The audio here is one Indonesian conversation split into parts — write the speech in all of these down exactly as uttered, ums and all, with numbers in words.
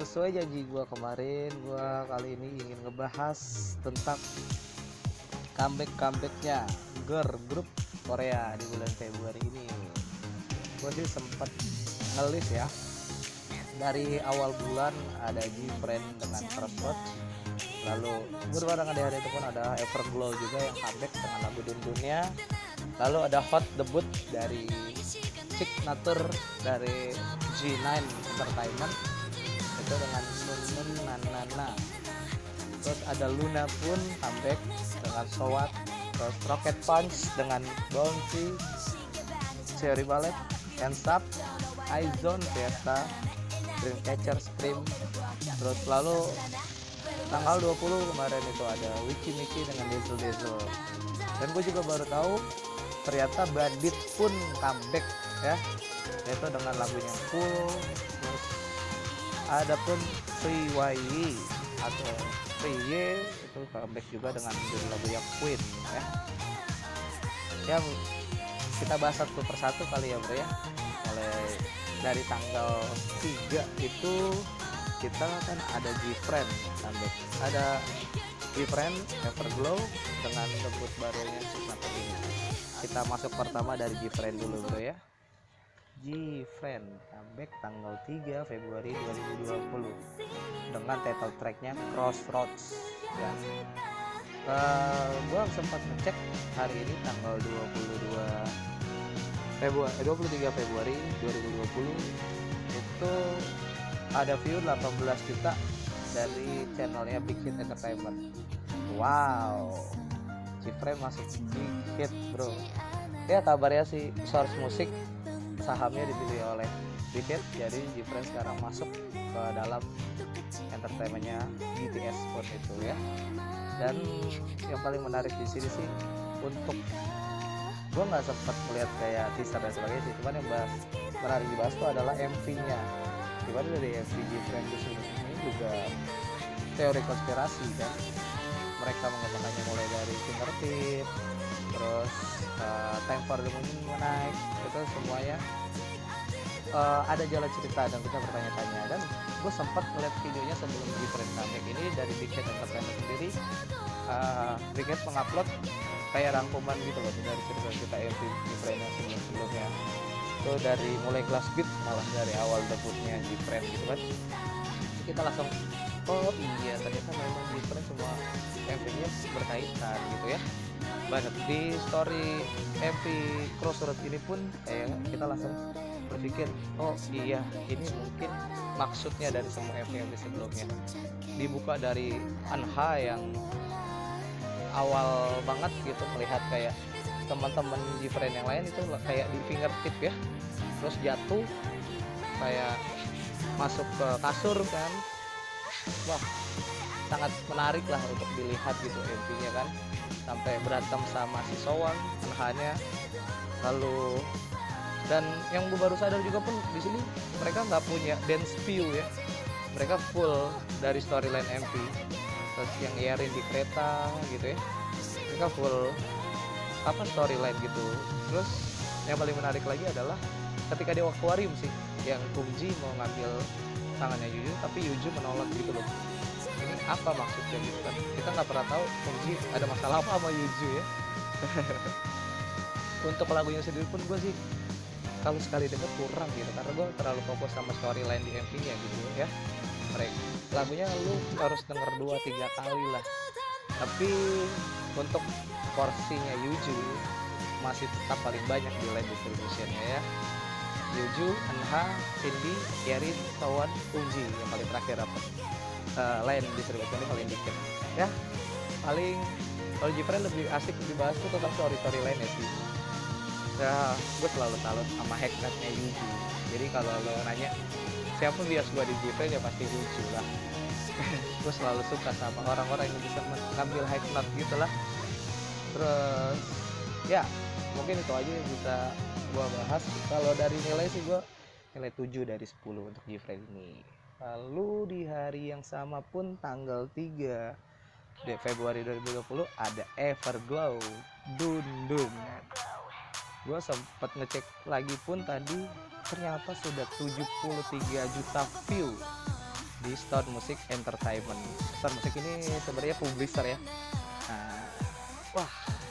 sesuai janji gue kemarin, gue kali ini ingin ngebahas tentang comeback comebacknya girl grup Korea di bulan Februari ini. Gue sih sempet ngelis ya, dari awal bulan ada G-Friend dengan Crossroads, lalu berbarengan di hari itu pun ada Everglow juga yang comeback dengan lagu Dun-Dunnya, lalu ada Hot debut dari Signature dari G nine Entertainment itu dengan Nun Nun Nanana. Terus ada Luna pun comeback dengan Sowat, terus Rocket Punch dengan Bouncy, Cherry Ballet, Hands Up, iZone, Fiesta, Dreamcatcher, Scream. Terus lalu tanggal dua puluh kemarin itu ada Wiki Miki dengan Diesel Diesel. Dan gue juga baru tahu ternyata Bandit pun comeback ya, yaitu dengan lagunya Full. Terus ada pun Free Y atau Free Y itu comeback juga dengan judul lagu yang Queen ya. Ya kita bahas satu persatu kali ya bro ya. Mulai dari tanggal tiga itu kita kan ada G-Friend comeback, ada G-Friend Everglow dengan debut barunya Signature ini. Kita masuk pertama dari G-Friend dulu bro ya. G-Friend comeback tanggal tiga Februari dua ribu dua puluh dengan title tracknya Crossroads ya. Uh, gua sempat ngecek hari ini tanggal dua puluh dua Februari, dua puluh tiga Februari dua ribu dua puluh itu ada view delapan belas juta dari channelnya Big Hit Entertainment. Wow, G-Friend masuk Big Hit bro. Ya kabarnya sih Source Music sahamnya dibeli oleh Big Hit, jadi G-Friend sekarang masuk ke dalam entertainmentnya B T S pun itu ya. Dan yang paling menarik di sini sih, untuk gue nggak sempat melihat kayak teaser dan sebagainya sih, cuman yang bahas menarik dibahas itu adalah M V-nya. Dimana dari M V G-Friend di sini ini juga teori konspirasi kan. Mereka mengembangkannya mulai dari fingertip, terus uh, time for the moon naik, itu semuanya uh, ada jalan cerita dan kita bertanya-tanya. Dan gue sempat melihat videonya sebelum G-Friend comeback ini dari Big Hit Entertainment sendiri. uh, Big Hit mengupload kayak rangkuman gitu loh dari cerita-cerita M V G-Friend yang sebelum-sebelumnya. Itu dari mulai Glass Beat, malah dari awal debutnya G-Friend gitu kan. Kita langsung oh iya ternyata memang G-Friend semua M V-nya berkaitan gitu ya. Banget di story M V Crossroads ini pun kayak kita langsung berpikir oh iya ini mungkin maksudnya dari semua M V M V sebelumnya. Dibuka dari Anha yang awal banget gitu, melihat kayak teman-teman G-Friend yang lain itu kayak di fingertip ya, terus jatuh kayak masuk ke kasur kan. Wah sangat menarik lah untuk dilihat gitu M V-nya kan, sampai berantem sama si Sowang Anhanya. Lalu dan yang gue baru sadar juga pun di sini mereka nggak punya dance view ya, mereka full dari storyline M V. Terus yang Yerin di kereta gitu ya, mereka full apa storyline gitu. Terus yang paling menarik lagi adalah ketika di akuarium sih, yang Kumji mau ngambil tangannya Yuju tapi Yuju menolak gitu loh. Ini apa maksudnya gitu kan, kita nggak pernah tahu Kumji ada masalah apa sama Yuju ya. Untuk lagunya sendiri pun gue sih kalau sekali denger kurang gitu, karena gue terlalu fokus sama storyline di M V-nya gitu ya. Mereka lagunya lu harus denger dua tiga kali lah. Tapi untuk porsinya Yuju masih tetap paling banyak di line distributionnya ya. Yuju, Anha, Cindy, Yerin, Tawan, Kumji yang paling terakhir apa? Uh, line distributionnya paling dikit ya. Paling kalau G-Friend lebih asik dibahas tuh tentang story-story line ya sih. Ya, gue selalu salut sama hacknotnya Yuju. Jadi kalau lo nanya siapa bias gue di G-Friend ya pasti Yuju lah. Gue selalu suka sama orang-orang yang bisa mengambil hacknot gitu lah. Terus ya mungkin itu aja yang bisa gue bahas. Kalau dari nilai sih gue nilai tujuh dari sepuluh untuk G-Friend ini. Lalu di hari yang sama pun tanggal tiga Februari dua ribu dua puluh ada Everglow Dun Dun. Gue sempat ngecek lagi pun tadi ternyata sudah tujuh puluh tiga juta view di Stone Music Entertainment. Stone Music ini sebenarnya publisher ya. Nah, wah,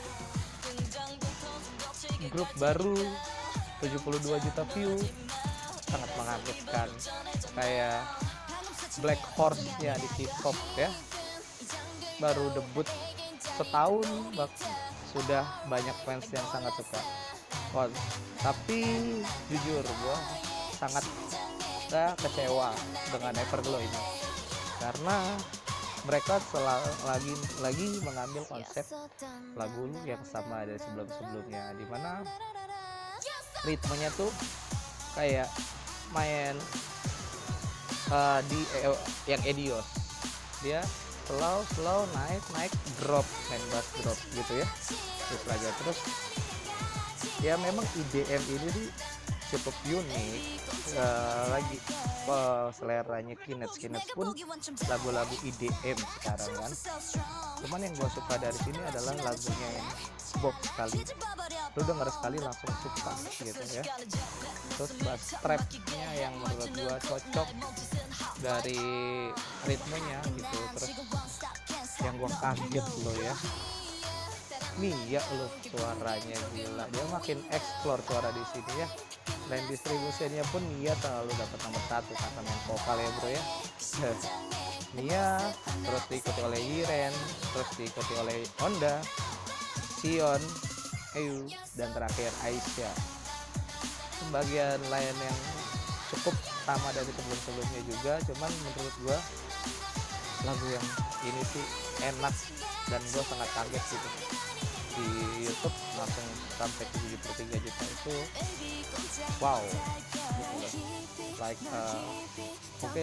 grup baru tujuh puluh dua juta view, sangat mengagetkan. Kayak Black Horse ya di K-pop ya, baru debut setahun bak sudah banyak fans yang sangat suka. Wah, tapi jujur gua sangat saya kecewa dengan Everglow ini karena mereka selalu lagi lagi mengambil konsep lagu yang sama dari sebelum-sebelumnya, dimana ritmenya tuh kayak main uh, di uh, yang Edios, dia slow slow naik naik drop, main bass drop gitu ya, terus lagi terus ya memang I D M ini sih cukup unik. Uh, lagi uh, seleranya Kinets Kinets pun lagu-lagu I D M sekarang kan, cuman yang gue suka dari sini adalah lagunya yang box sekali, lu denger sekali langsung suka gitu ya. Terus bass trapnya yang menurut gue cocok dari ritmenya gitu. Terus yang gue kaget lo ya, Mia lo suaranya gila, dia makin explore suara di sini ya. Dan distribusinya pun Mia selalu dapat nomor satu kata main vokal ya bro ya. Mia, terus diikuti oleh Yiren, terus diikuti oleh Honda, Sion, Ayu, dan terakhir Aisyah. Pembagian lain yang cukup sama dari sebelum-sebelumnya juga, cuman menurut gua lagu yang ini sih enak dan gua sangat kaget gitu. Di YouTube langsung sampai tujuh puluh tiga juta itu wow gitu. Like uh, mungkin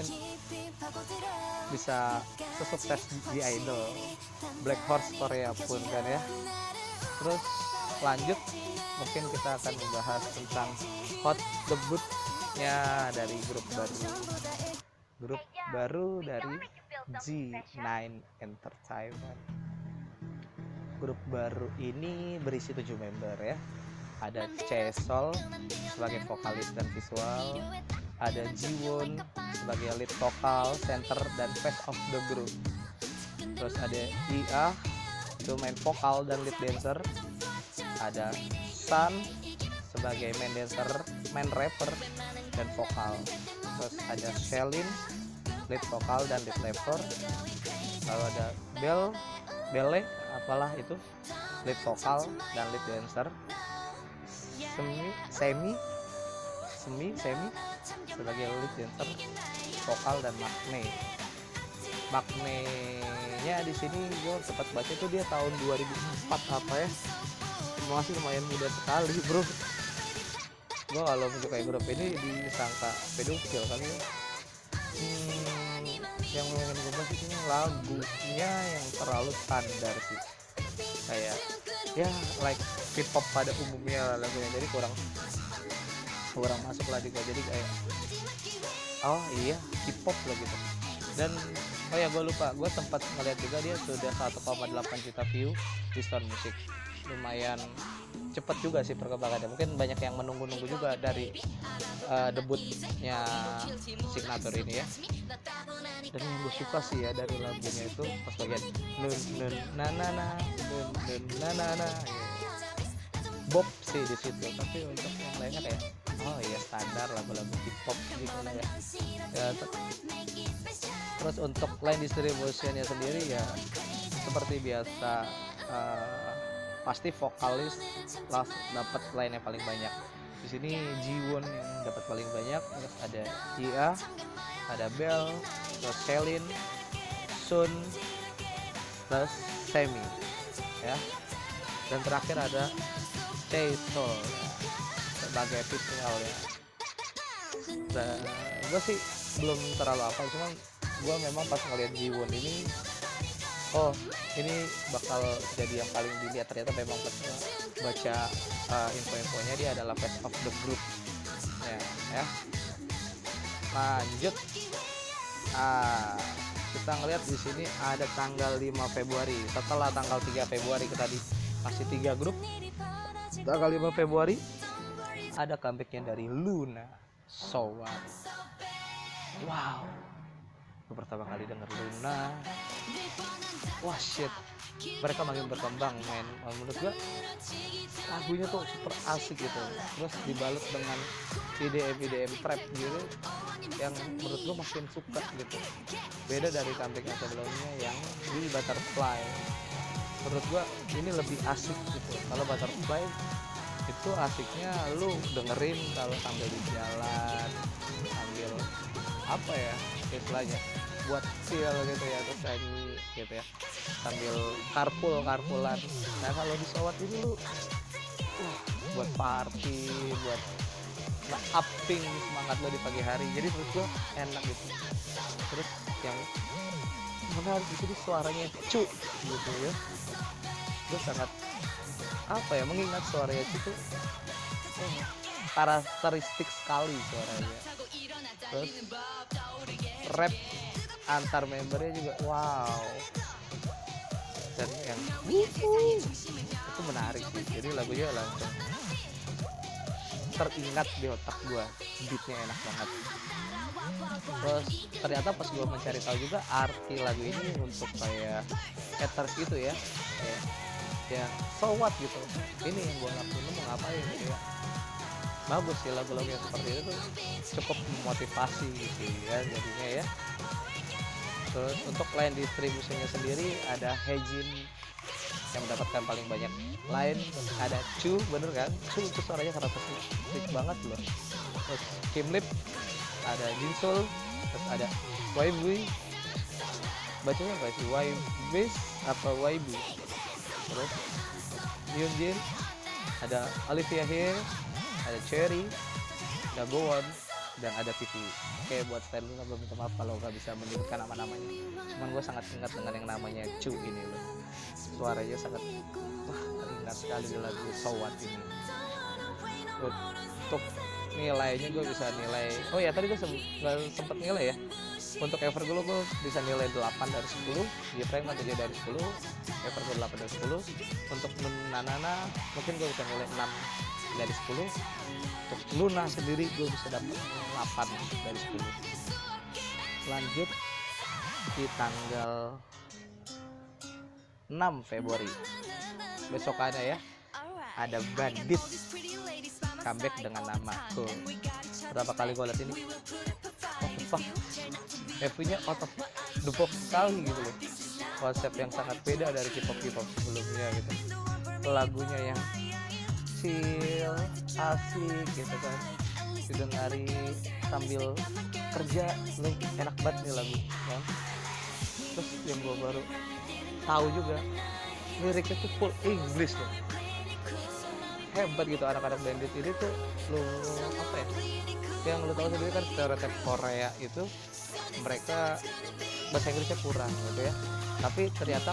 bisa sesukses di Idol, Black Horse Korea pun kan ya. Terus lanjut mungkin kita akan membahas tentang hot debutnya dari grup baru grup baru dari G nine Entertainment. Grup baru ini berisi tujuh member ya. Ada Chaesol sebagai vokalis dan visual, ada Jiwon sebagai lead vokal, center dan face of the group. Terus ada I A itu main vokal dan lead dancer, ada Sun sebagai main dancer, main rapper dan vokal. Terus ada Shelin lead vokal dan lead rapper. Lalu ada Bell Belle apalah itu lead vokal dan lead dancer. Semi Semi Semi Semi sebagai lead dancer, vokal dan Magne. Magne-nya di sini gue sempat baca itu dia tahun dua ribu empat apa ya. Masih lumayan muda sekali, bro. Gue kalau menyukai grup ini disangka pedofil kali ya. Hmm, yang ingin gue bahas ini lagunya yang terlalu standar sih, kayak ya like K-pop pada umumnya lah lagunya, jadi kurang kurang masuk lah juga, jadi kayak oh iya K-pop lah gitu. Dan oh ya gue lupa, gue sempat ngeliat juga dia sudah satu koma delapan juta view di Stone Music, lumayan cepet juga sih perkembangannya. Mungkin banyak yang menunggu-nunggu juga dari uh, debutnya Signature ini ya. Dan yang gue suka sih ya dari lagunya itu pas bagian nun nun na na na nun nun na na na Bob sih di situ, tapi untuk yang lainnya kayak oh iya standar lagu-lagu K-pop gitu lah ya. Ya terus untuk line distributionnya sendiri ya seperti biasa, uh, pasti vokalis lah dapat line yang paling banyak. Di sini Jiwon yang dapat paling banyak, terus ada I A, ada Bell, terus Shelin, Sun, plus Semi ya. Dan terakhir ada Chaesol ya, sebagai visual ya. Dan gue sih belum terlalu apa, cuman gue memang pas ngeliat Jiwon ini oh ini bakal jadi yang paling dilihat. Ternyata memang pas baca uh, info-infonya dia adalah face of the group ya, ya. Lanjut, ah, kita ngeliat di sini ada tanggal lima Februari. Setelah tanggal tiga Februari kita dikasih tiga grup, tanggal lima Februari ada comebacknya dari Luna So What. Wow, gue pertama kali denger Luna, wah shit, mereka makin berkembang men. Menurut gue lagunya tuh super asik gitu, terus dibalut dengan E D M E D M trap gitu yang menurut gue makin suka gitu. Beda dari comeback yang sebelumnya yang di Butterfly, menurut gue ini lebih asik gitu. Kalau Butterfly itu asiknya lu dengerin kalau sambil di jalan, sambil apa ya istilahnya, buat chill gitu ya, terus nyanyi gitu ya, sambil carpool carpoolan. Nah kalau di Sowat ini lu uh, buat party, buat upping semangat lo di pagi hari, jadi menurut gue enak gitu. Terus yang menarik di sini suaranya Cu gitu ya, gue sangat apa ya mengingat suaranya Cu tuh oh, karakteristik sekali suaranya. Terus rap antar membernya juga wow, dan yang wuhu, itu menarik sih. Jadi lagunya langsung teringat di otak gue, beatnya enak banget. Terus ternyata pas gue mencari tahu juga arti lagu ini untuk kayak haters gitu ya, kayak ya so what gitu, ini yang gue lakuin mau ngapain gitu ya. Bagus sih lagu-lagu yang seperti itu tuh, cukup memotivasi gitu ya jadinya ya. Terus untuk line distribusinya sendiri ada Hejin yang mendapatkan paling banyak line, ada Cu, bener kan? Cu itu suaranya karakteristik banget loh. Terus Kim Lip, ada Jinsul, terus ada Waibu, bacanya apa sih? Waibis apa Waibu? Terus Hyunjin, ada Olivia Here, ada Cherry, ada Gowon, dan ada P P. Oke, buat stand lu gue minta maaf kalau gak bisa menyebutkan nama-namanya. Cuman gue sangat ingat dengan yang namanya Cu ini loh. Suaranya sangat wah teringat sekali di lagu Sowat ini. Untuk nilainya gue bisa nilai, oh ya tadi gue se- sempet nilai ya. Untuk Everglow gue bisa nilai delapan dari sepuluh, G-Prime tujuh dari sepuluh, Everglow delapan dari sepuluh. Untuk Nanana mungkin gue bisa nilai enam dari sepuluh. Untuk Luna sendiri gue bisa dapat delapan dari sepuluh. Lanjut di tanggal enam Februari besokannya ya, ada Bandit comeback dengan nama tuh. Berapa kali gue liat ini, oh fuck, M V-nya out of the box sekali gitu loh. Konsep yang sangat beda dari K-pop K-pop sebelumnya gitu. Lagunya yang chill, asik gitu kan, didengari sambil kerja, lu enak banget nih lagu kan. Terus yang gue baru tahu juga liriknya tuh full English loh, hebat gitu anak-anak Bandit ini tuh. Lu apa ya, yang lu tahu sendiri kan stereotip Korea itu mereka bahasa Inggrisnya kurang gitu ya, tapi ternyata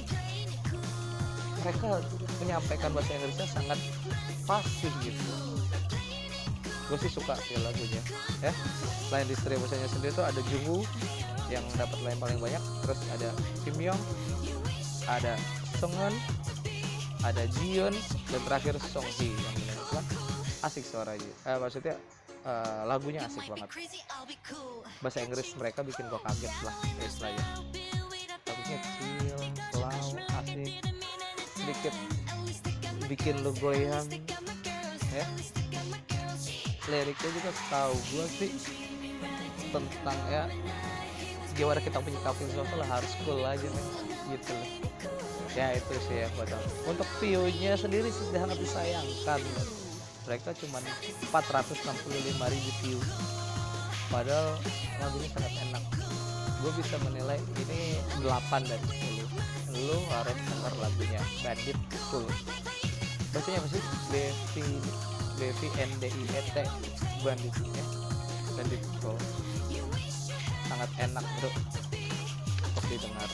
mereka menyampaikan bahasa Inggrisnya sangat fasih gitu. Gue sih suka sih lagunya ya. Line distribusinya sendiri tuh ada Jungwoo yang dapat line paling banyak, terus ada Kim Young, ada Seunghoon, ada Jiyeon, dan terakhir Songhee yang menurut asik suaranya. Eh, maksudnya uh, lagunya asik banget. Bahasa Inggris mereka bikin gue kaget lah istilahnya. Lagunya chill, slow, asik, sedikit bikin lu goyang ya. Liriknya juga tahu gue sih tentang ya gimana kita punya kapal sosial harus cool aja nih gitu loh. Ya itu sih ya gue tahu. Untuk view-nya sendiri sih sangat disayangkan, mereka cuma empat ratus enam puluh lima ribu view, padahal lagunya sangat enak. Gue bisa menilai ini delapan dari sepuluh. Lu harus denger lagunya Bandit cool. Bacanya apa sih? B V B V N D I E T, Bandit ya. Bandit cool. Sangat enak bro untuk didengar.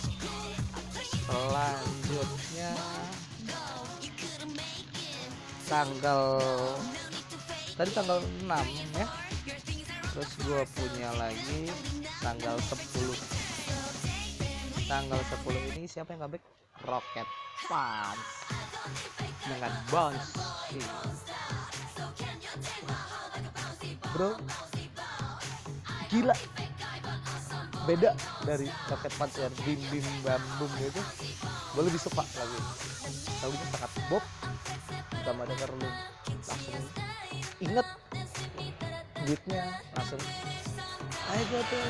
Selanjutnya tanggal tadi tanggal enam ya. Terus gue punya lagi tanggal sepuluh. Tanggal sepuluh ini siapa yang comeback? Rocket Punch dengan Bounce. Bro, gila. beda dari Rocket Punch yang bim bim bam bum gitu. Gue lebih suka lagi lagunya sangat bob, sama denger lu langsung inget beatnya, langsung ayo gue tuh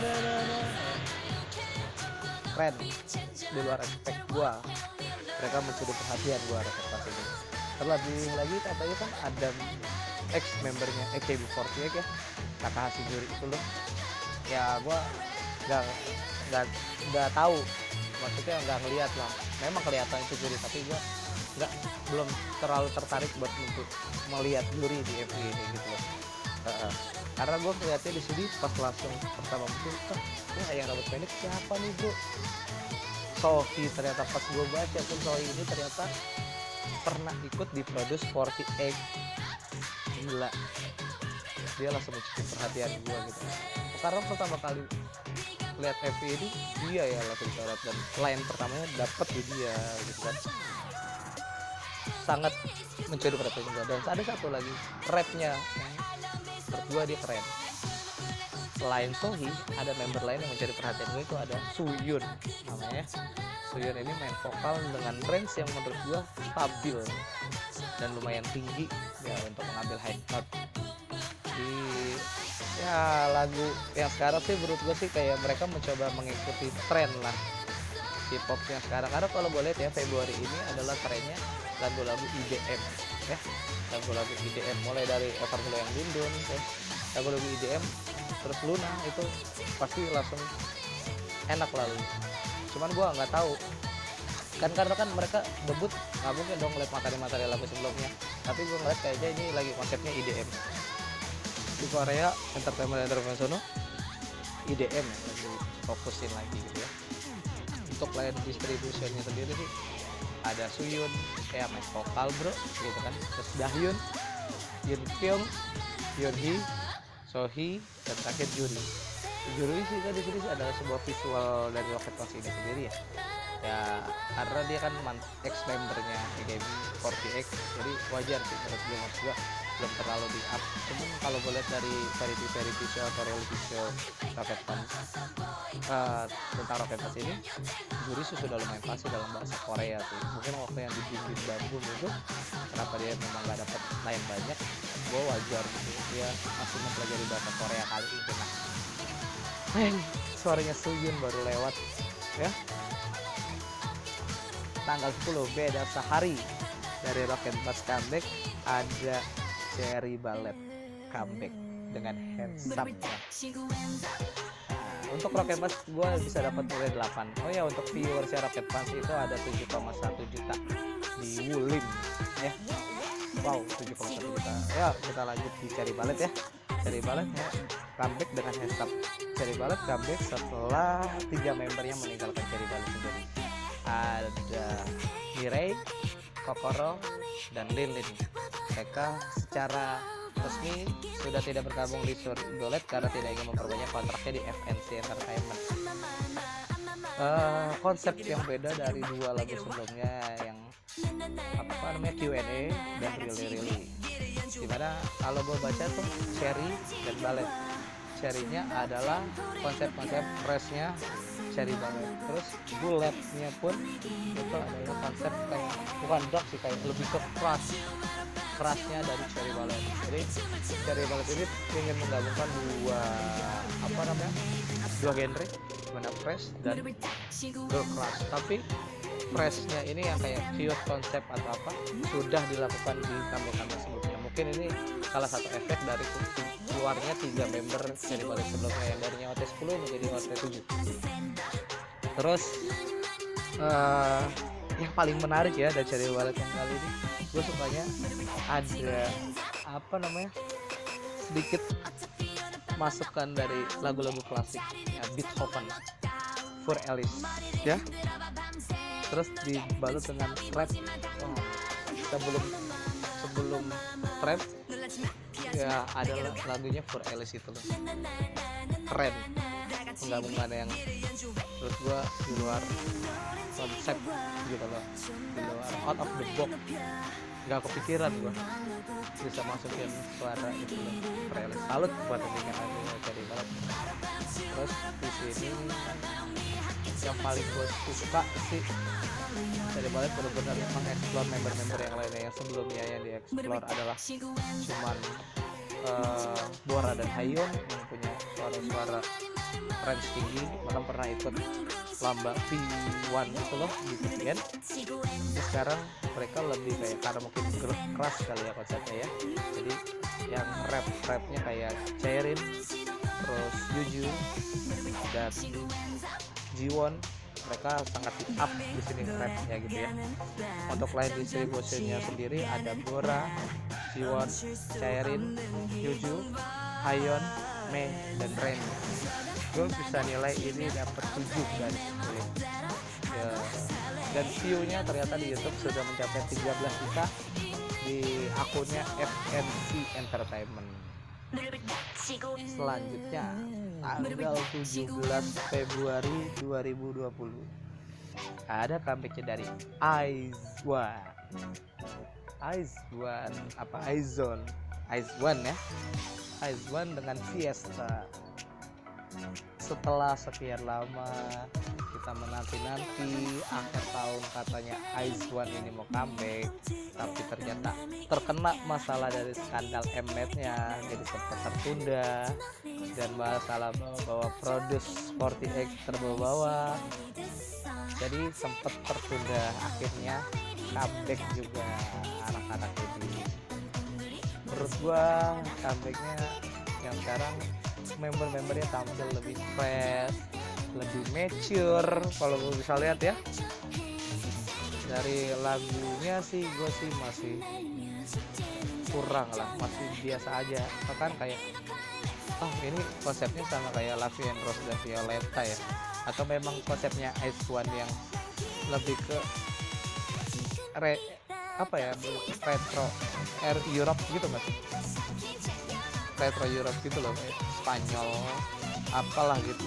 keren. Di luar ekspek gue, mereka mencuri perhatian gue Rocket Punch ini. Terlebih lagi katanya kan ada ex membernya A K B empat puluh delapan ya, Takahashi Juri itu loh. Ya gue nggak nggak nggak tahu, maksudnya nggak ngeliat lah. Memang kelihatan itu juri, tapi gue nggak belum terlalu tertarik buat untuk melihat juri di F I ini gitu loh. Uh, karena gue ngeliatnya di sini pas langsung pertama muncul, wah yang dapat pendek siapa nih bro? Sohi. Ternyata pas gue baca pun Sohi ini ternyata pernah ikut di Produce empat puluh delapan. Gila, dia langsung mencuri perhatian gue gitu. Karena pertama kali lihat F I ini dia ya langsung disorot, dan line pertamanya dapet di dia gitu kan, sangat mencuri perhatian juga. Dan ada satu lagi rapnya yang menurut gue dia keren. Selain Sohi, ada member lain yang mencuri perhatian gue, itu ada Suyun namanya. Suyun ini main vokal dengan range yang menurut gue stabil dan lumayan tinggi ya untuk mengambil high note di ya lagu yang sekarang sih. Menurut gue sih kayak mereka mencoba mengikuti tren lah K-pop yang sekarang, karena kalau boleh lihat ya Februari ini adalah trennya lagu-lagu I D M ya, lagu-lagu I D M mulai dari Everglow yang Dundun ya, lagu-lagu I D M terus Luna itu pasti langsung enak lalu. Cuman gue nggak tahu kan, karena kan mereka debut nggak mungkin dong ngeliat materi-materi lagu sebelumnya, tapi gue ngeliat kayaknya ini lagi konsepnya I D M. Di Korea Entertainment International I D M ya, lagi fokusin lagi gitu ya. Untuk line distributionnya sendiri sih ada Suyun kayak main vokal bro gitu kan, terus Dahyun, Yun Kyung, Yeonhee, Sohee, dan terakhir Juri. Juri sih kan di sini sih adalah sebuah visual dari Rocket Punch ini sendiri ya. Ya karena dia kan ex membernya A K B empat puluh delapan, jadi wajar sih menurut gue, maksud gue belum terlalu di up. Cuman kalau gue lihat dari variety variety show atau reality show Rocket Punch uh, tentang Rocket Punch ini, Juri sih sudah lumayan pasti dalam bahasa Korea sih. Mungkin waktu yang di Bim Bambum itu kenapa dia memang gak dapat lain banyak, gue wajar gitu, dia masih mempelajari bahasa Korea kali itu. Nah men, suaranya Suyun baru lewat ya, tanggal sepuluh, beda sehari dari Rocket Punch comeback, ada Cherry Ballet comeback dengan Handsome. Nah, untuk Rocket Punch gue bisa dapat nilai delapan. Oh ya, untuk viewersnya Rocket Punch itu ada tujuh koma satu juta di Wulim ya. Wow, tujuh koma satu juta. Ya kita lanjut di Cherry Ballet ya. Cherry Ballet ya, comeback dengan Handsome. Cherry Ballet comeback setelah tiga membernya meninggalkan Cherry Ballet sendiri. Ada Mirei, Kokoro, dan Lilin. Mereka secara resmi sudah tidak bergabung di Surgolet karena tidak ingin memperbanyak kontraknya di F N C Entertainment. Uh, konsep yang beda dari dua lagu sebelumnya yang apa namanya Q and A dan Really Really, dimana kalau gue baca tuh Cherry dan Ballet. Cherry-nya adalah konsep-konsep fresh-nya Cherry Ballet, terus bulletnya pun itu adalah konsep kayak bukan dark sih, kayak lebih ke crush crushnya dari Cherry Ballet. Jadi Cherry Ballet ini ingin menggabungkan dua apa namanya dua genre, mana fresh dan girl crush, tapi freshnya ini yang kayak cute konsep atau apa sudah dilakukan di comeback-comeback sebelumnya. Mungkin ini salah satu efek dari keluarnya tiga member Cherry Ballet sebelumnya yang darinya O T sepuluh menjadi O T tujuh. Terus uh, yang paling menarik ya dari Cherry Ballet yang kali ini, gue sukanya ada apa namanya sedikit masukan dari lagu-lagu klasik ya, Beethoven, Für Elise ya, terus dibalut dengan rap. Oh, sebelum sebelum rap ya adalah lagunya Für Elise itu loh, keren penggabungan yang terus gua di luar konsep gitu loh, di luar out of the box nggak kepikiran gua bisa masukin suara itu loh. Keren, salut buat dengan lagunya Cherry Bullet. Terus di sini yang paling gue suka sih Cherry Bullet benar-benar mengeksplor member-member yang lainnya. Yang sebelumnya yang dieksplor adalah cuman uh, Bora dan Hayon yang punya suara-suara range tinggi, bahkan pernah ikut lomba V satu gitu loh di P T N. Sekarang mereka lebih kayak, karena mungkin keras kali ya konsepnya ya, jadi yang rap rapnya kayak Cheirin, terus Yuju dan Jiwon, mereka sangat di up di sini rapnya gitu ya. Untuk line distributionnya sendiri ada Bora, Jiwon, Cheirin, Yuju, Hayon, Mei, dan Ren. Gue bisa nilai ini dapat tujuh guys ya. Dan view-nya ternyata di YouTube sudah mencapai tiga belas juta di akunnya F N C Entertainment. Selanjutnya tanggal tujuh belas Februari dua ribu dua puluh ada comebacknya dari IZ*ONE. IZ*ONE apa IZ*ONE IZ*ONE ya. IZ*ONE dengan Fiesta. Setelah sekian lama kita menanti-nanti, akhir tahun katanya IZ*ONE ini mau comeback, tapi ternyata terkena masalah dari skandal Mnet-nya, jadi sempat tertunda, dan masalah bahwa produce empat puluh delapan terbawa, jadi sempat tertunda. Akhirnya comeback juga anak-anak ini. Menurut gua comebacknya yang sekarang member-membernya tampil lebih fresh, lebih mature. Kalau gue bisa lihat ya dari lagunya sih, gue sih masih kurang lah, masih biasa aja. Bahkan kayak oh ini konsepnya sama kayak Lavi and Rose dan Violeta ya, atau memang konsepnya IZ*ONE yang lebih ke re, apa ya retro air Europe gitu mas, retro Europe gitu loh, kayak Spanyol apalah gitu.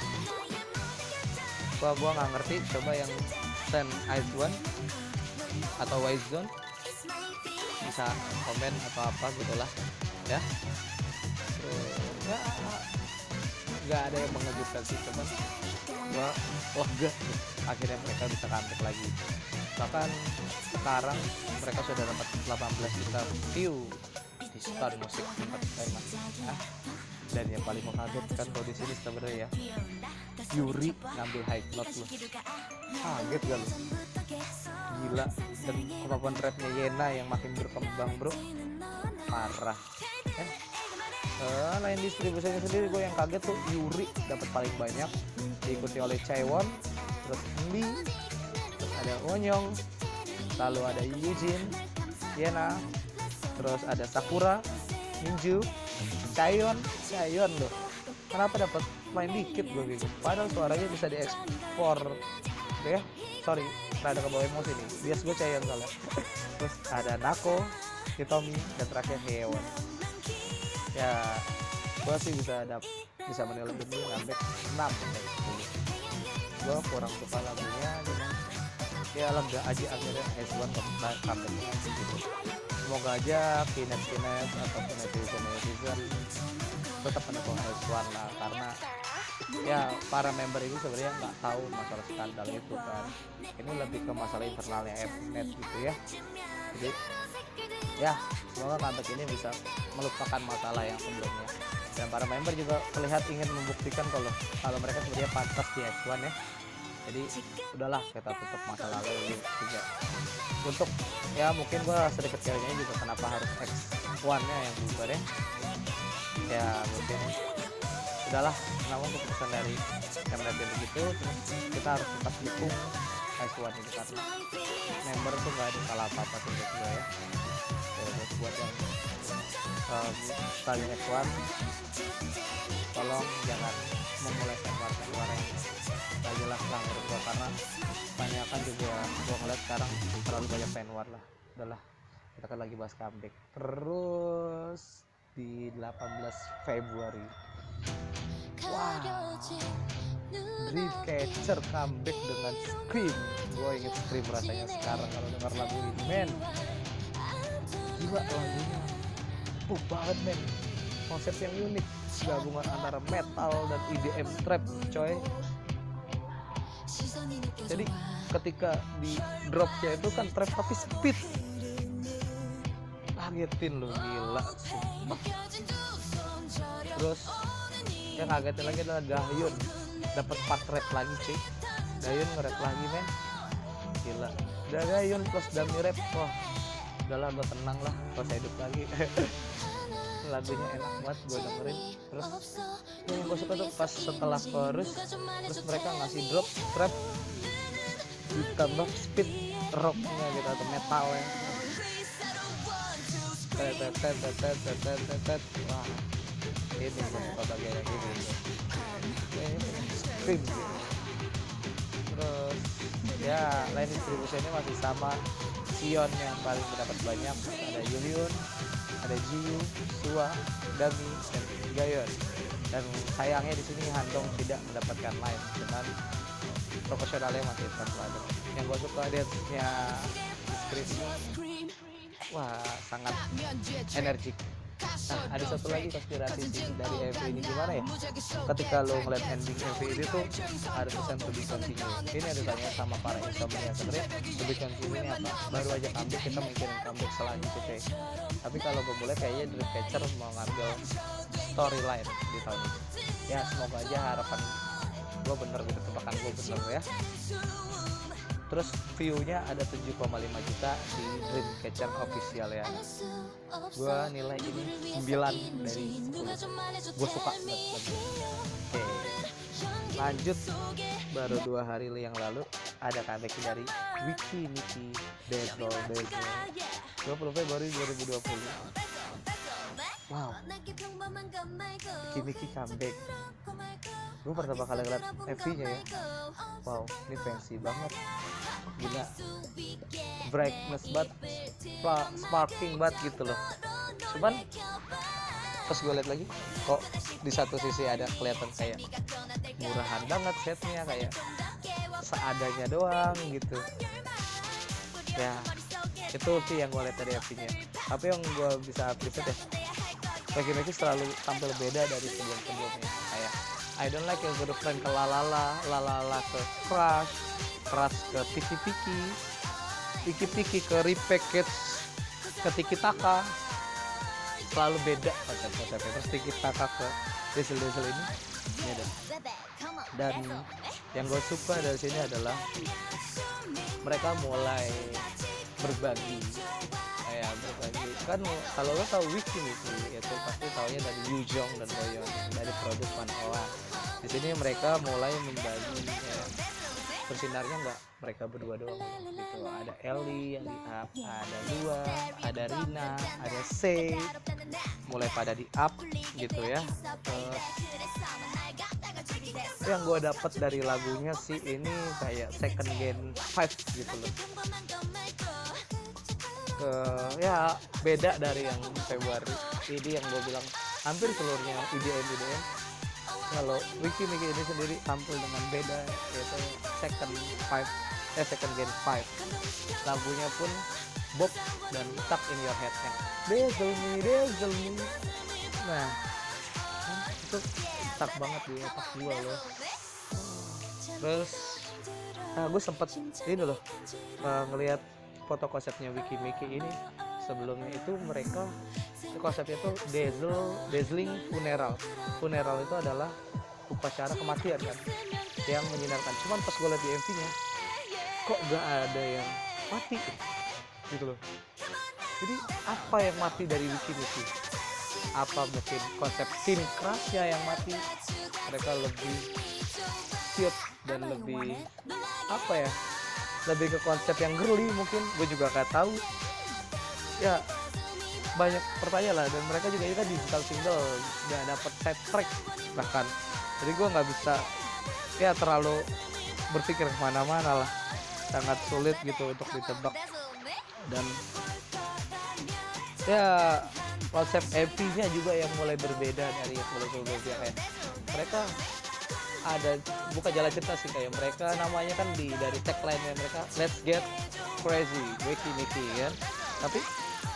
Gua gua nggak ngerti, coba yang stand IZ*ONE atau Y-Zone bisa komen atau apa gitulah ya. Ya nggak ada yang mengejutkan sih, cuman gua lega akhirnya mereka bisa comeback lagi. Bahkan sekarang mereka sudah dapat delapan belas juta view di Star Music Entertainment ya. Dan yang paling mengkagetkan kalau di sini sebenarnya ya, Yuri ngambil high note loh. Kaget gak lo? Gila. Dan kemampuan rapnya Yena yang makin berkembang bro, parah eh. Uh, lain distribusinya sendiri gue yang kaget tuh Yuri dapat paling banyak, diikuti oleh Chaewon, terus Lee, terus ada Wonyong, lalu ada Eugene, Yena, terus ada Sakura, Minju, Chaeyeon, Chaeyeon loh. Kenapa dapat main dikit gue gitu? Padahal suaranya bisa diekspor. Oke, sorry, rada ke bawah emosi nih. Bias gue Chaeyeon soalnya. Terus ada Nako, Hitomi, dan terakhir Haewon. Ya, gue sih bisa dap bisa menilai dulu comeback enam dari sepuluh. Gue kurang suka lagunya, cuman ya lega aja akhirnya IZ*ONE comeback gitu. Semoga aja Kinet-Kinet atau netizen-netizen tetap mendukung IZ*ONE lah, karena ya para member ini sebenarnya nggak tahu masalah skandal itu kan. Ini lebih ke masalah internalnya Mnet gitu ya. Jadi ya semoga comeback ini bisa melupakan masalah yang sebelumnya, dan para member juga terlihat ingin membuktikan kalau kalau mereka sebenarnya pantas di IZ*ONE ya. Jadi udahlah kita tutup masa lalu ini juga. Untuk ya mungkin gua sedikit kayaknya juga kenapa harus X satu nya yang bubar ya. Ya mungkin udahlah, namun keputusan dari Mnet begitu, terus kita harus tetap dukung IZ*ONE ini karena member tuh nggak ada salah apa-apa tuh buat gue ya. Terus buat yang uh, kalian X satu, tolong jangan memulai pengeluaran yang gak jelas lah menurut gue, karena kebanyakan juga gue ngeliat sekarang terlalu banyak fan war lah. Udahlah, kita kan lagi bahas comeback. Terus di delapan belas Februari, wow, Dreamcatcher comeback dengan Scream. Gue inget Scream rasanya sekarang kalau dengar lagu ini men. gila lagunya empuk banget men, konsep yang unik, gabungan antara metal dan E D M trap coy. Jadi ketika di dropnya itu kan trap tapi speed, ngagetin lo gila sumpah. Terus yang ngagetin lagi adalah Gahyun dapat part rap lagi cuy. Gahyun nge-rap lagi men, gila. Udah Gahyun plus Dami rap, wah udahlah gue tenang lah, gue hidup lagi. Lagunya enak banget gue dengerin. Terus yang gue suka tuh pas setelah chorus terus mereka ngasih drop trap ditambah speed rocknya gitu atau metalnya. Tet-tet-tet-tet-tet-tet-tet. Wah ini gue suka bagian yang ini scream gitu. Terus ya lain distribusinya masih sama, Sion yang paling mendapat banyak, ada Yuhyun, ada Jiyu, Suwa, Dami, dan Gayeon. Dan sayangnya di sini Handong tidak mendapatkan live, dengan profesionalnya masih tetap ada. Yang gue suka dance-nya Scream ini, wah sangat energik. Nah ada satu lagi konspirasi sih dari M V ini, gimana ya, ketika lo ngeliat ending M V ini tuh ada pesan to be continue. Ini ada tanya sama para insomnia sebenarnya to be continue ini apa, baru aja comeback kita mikirin comeback selanjutnya cuy. Tapi kalau gue boleh kayaknya Dreamcatcher mau ngambil storyline di tahun ini ya, semoga aja harapan gue bener gitu, tebakan gue bener ya. Terus view-nya ada tujuh koma lima juta di Dreamcatcher official ya. Gue nilai ini sembilan dari sepuluh. Gue suka banget. Oke. Lanjut, baru dua hari yang lalu ada comeback dari Wiki Miki Dazzle Dazzle dua puluh Februari dua ribu dua puluh. Wow, Wiki Miki comeback. Gue pertama kali ngeliat M V-nya ya. Wow, ini fancy banget. Gila, brightness banget, sparking banget gitu loh. Cuman pas gue liat lagi, kok di satu sisi ada kelihatan kayak murahan banget setnya, kayak seadanya doang gitu. Ya, itu sih yang gue liat dari M V-nya. Tapi yang gue bisa appreciate ya, Wiki Miki selalu tampil beda dari sebelum-sebelumnya. Kayak I don't like your girlfriend ke lalala, lalala ke crush, crush ke piki-piki, piki-piki ke repackage, ke tiki-taka. Selalu beda konsep-konsepnya. Terus tiki-taka ke diesel-diesel ini beda. Dan yang gue suka dari sini adalah mereka mulai berbagi, kayak berbagi. Kan kalau lo tahu Wiki Miki itu pasti taunya dari Yujong dan Doyeon dari produk Manoa. Di sini mereka mulai membagi ya, bersinarnya nggak mereka berdua doang gitu. Ada Ellie yang di up, ada Lua, ada Rina, ada Sei, mulai pada di up gitu ya. Terus yang gue dapat dari lagunya sih ini kayak second gen five gitu loh. Ke ya beda dari yang Februari ini, yang gue bilang hampir seluruhnya E D M E D M. Kalau Wiki Miki ini sendiri tampil dengan beda, yaitu second five eh second gen five. Lagunya pun Bob dan Stuck in Your Head nya Dazzle Me Dazzle Me. Nah itu stuck banget di otak gue loh. Terus nah gue sempet ini loh uh, ngelihat foto konsepnya Wiki Miki ini. Sebelumnya itu mereka konsepnya itu dazzle, dazzling funeral. Funeral itu adalah upacara kematian kan, yang menyinarkan. Cuman pas gue liat di M V-nya, kok gak ada yang mati gitu loh. Jadi apa yang mati dari Wiki Miki? Apa mungkin konsep tim crush-nya yang mati? Mereka lebih cute dan lebih apa ya? Lebih ke konsep yang girly mungkin. Gue juga gak tahu. Ya banyak pertanyaan lah, dan mereka juga ini kan digital single, nggak dapet side track bahkan. Jadi gue nggak bisa ya terlalu berpikir kemana-mana lah, sangat sulit gitu untuk ditebak. Dan ya konsep M V-nya juga yang mulai berbeda dari yang sebelum-sebelumnya. Kayak mereka ada bukan jalan cerita sih, kayak mereka namanya kan di dari tagline-nya mereka Let's Get Crazy Wiki Miki kan. Tapi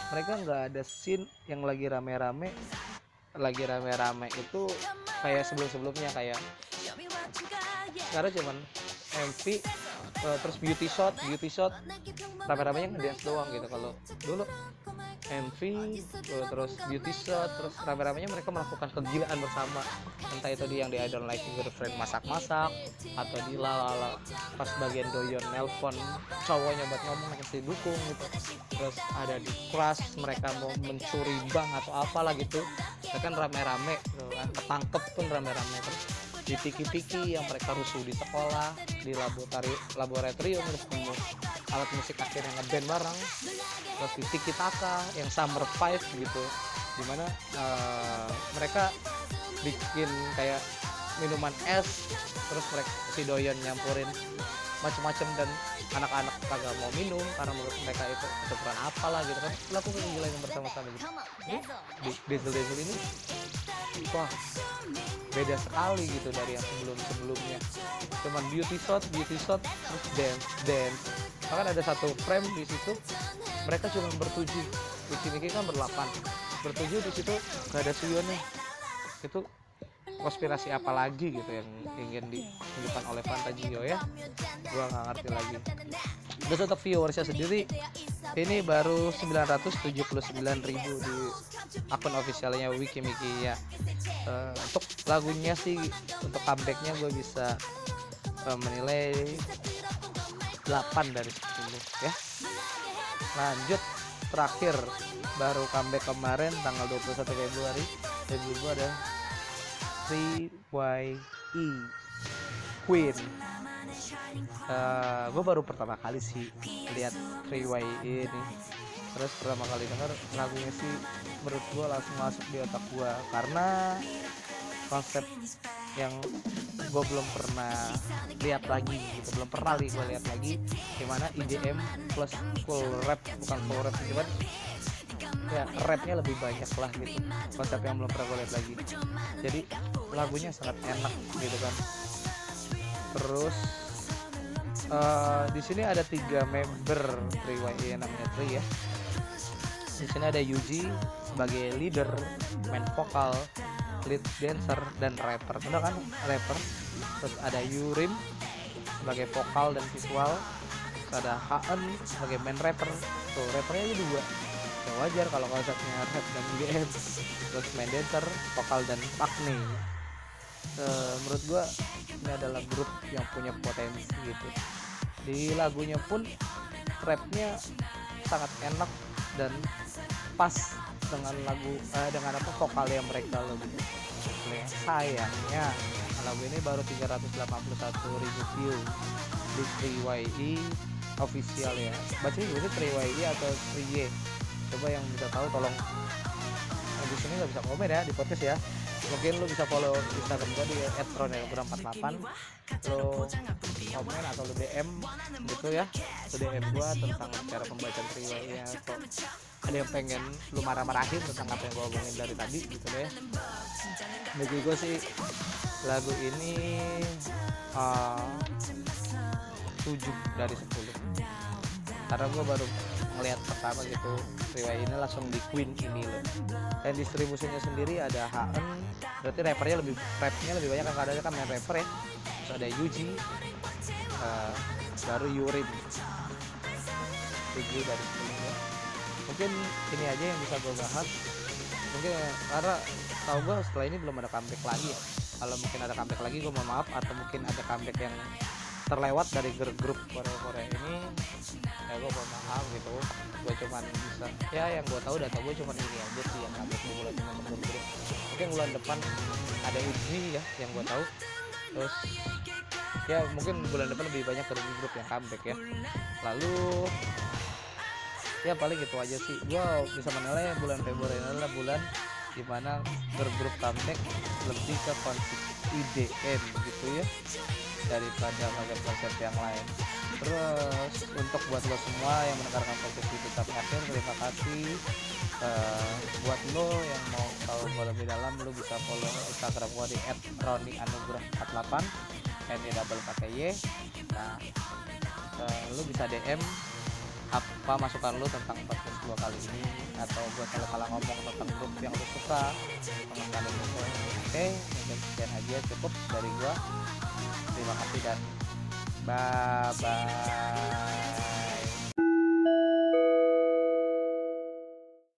mereka nggak ada scene yang lagi rame-rame lagi rame-rame itu kayak sebelum-sebelumnya, kayak sekarang cuman M V uh, terus beauty shot beauty shot rame-ramenya ngedance doang gitu. Kalau dulu M V uh, terus beauty shot terus rame-ramenya mereka melakukan kegilaan bersama, entah itu di yang di Idol Like Girlfriend masak-masak, atau di Lalala pas bagian doyon nelpon cowoknya buat ngomong kasih dukung gitu. Terus ada di kelas mereka mau mencuri bank atau apalah gitu, mereka kan rame-rame gitu kan, ketangkep pun rame-rame. Terus di Tiki-Tiki yang mereka rusuh di sekolah, di laboratorium laboratorium ketemu alat musik akhirnya ngeband bareng. Terus di Tiki Taka yang Summer Five gitu, dimana uh, mereka bikin kayak minuman es, terus mereka si doyon nyampurin macam-macam dan anak-anak kagak mau minum karena menurut mereka itu ketukeran apalah gitu kan, lakukan kegilaan yang bersama-sama gitu. Di Diesel-Diesel ini wah beda sekali gitu dari yang sebelum-sebelumnya, cuman beauty shot beauty shot terus dance dance. Bahkan ada satu frame di situ mereka cuma bertujuh, Tiki-Tiki kan berlapan, bertujuh di situ gak ada Suyonnya. Itu konspirasi apa lagi gitu yang ingin ditunjukkan oleh Fantagio ya, gua nggak ngerti lagi. Terus untuk viewersnya sendiri ini baru sembilan ratus tujuh puluh sembilan ribu di akun officialnya Wikimiki ya. Uh, untuk lagunya sih, untuk comebacknya gue bisa uh, menilai delapan dari sepuluh ya. Lanjut terakhir baru comeback kemarin tanggal dua puluh satu Februari debut gue ada three Y E Queen. Uh, gue baru pertama kali sih lihat three Y E ini, terus pertama kali denger lagunya sih menurut gue langsung masuk di otak gue karena konsep yang gue belum pernah lihat lagi gitu, belum pernah nih gue lihat lagi gimana E D M plus full rap, bukan full rap cuman ya rapnya lebih banyak lah gitu, konsep yang belum pernah gue lihat lagi. Jadi lagunya sangat enak gitu kan. Terus uh, di sini ada tiga member three Y E namanya Tri ya. Di sini ada Yuji sebagai leader, main vokal, lead dancer dan rapper. Benar kan, rapper. Terus ada Yurim sebagai vokal dan visual. Terus ada Haen sebagai main rapper. Tuh rappernya aja dua. Ya wajar kalau konsepnya rap dan B M. Terus main dancer, vokal dan Pakne. Uh, menurut gua ini adalah grup yang punya potensi gitu. Di lagunya pun rapnya sangat enak dan pas dengan lagu eh, dengan apa vokal yang mereka lebih. Sayangnya lagu ini baru tiga ratus delapan puluh satu ribu view di three Y E official ya. Bacanya juga sih three Y E atau three Y. Coba yang bisa tahu tolong di sini nggak bisa komen ya di podcast ya. Mungkin lu bisa follow Instagram gua di et ronelbro empat delapan, lu komen atau lu D M gitu ya, lu D M gua tentang cara pembacaan three Y E atau ada yang pengen lu marah-marahin tentang apa yang gua omongin dari tadi gitu deh. Bagi gua sih lagu ini uh, tujuh dari sepuluh karena gua baru ngeliat pertama gitu three Y E ini langsung di Queen ini loh. Dan distribusinya sendiri ada Haen, berarti rappernya lebih rapnya lebih banyak kan, ada kan main rapper ya. Terus ada Yuji, uh, baru Yurim, tujuh dari sepuluh ya. Mungkin ini aja yang bisa gue bahas. Mungkin karena tau gue setelah ini belum ada comeback lagi ya. Kalau mungkin ada comeback lagi gue mohon maaf, atau mungkin ada comeback yang terlewat dari grup Korea-Korea ini ya gue mohon maaf gitu. Gue cuman bisa ya yang gue tahu data gue cuman ini aja sih yang comeback di bulan ini untuk grup. Mungkin bulan depan ada ini ya yang gue tahu. Terus ya mungkin bulan depan lebih banyak dari grup yang comeback ya. Lalu ya paling gitu aja sih. Gue bisa menilai bulan Februari ini adalah bulan dimana grup comeback lebih ke konsep E D M gitu ya daripada konsep yang lain. Terus untuk buat lo semua yang mendengarkan podcast itu sampai akhir, terima kasih. Uh, buat lo yang mau tahu lebih dalam, lo bisa follow Instagram gua di et roni anugrah empat delapan, N I double pakai Y. Nah, uh, lo bisa D M apa masukan lu tentang podcast gua kali ini, atau gua salah-salah ngomong tentang grup yang lu suka sama sekali gitu. Oke, mungkin sekian aja cukup dari gua. Terima kasih dan bye bye.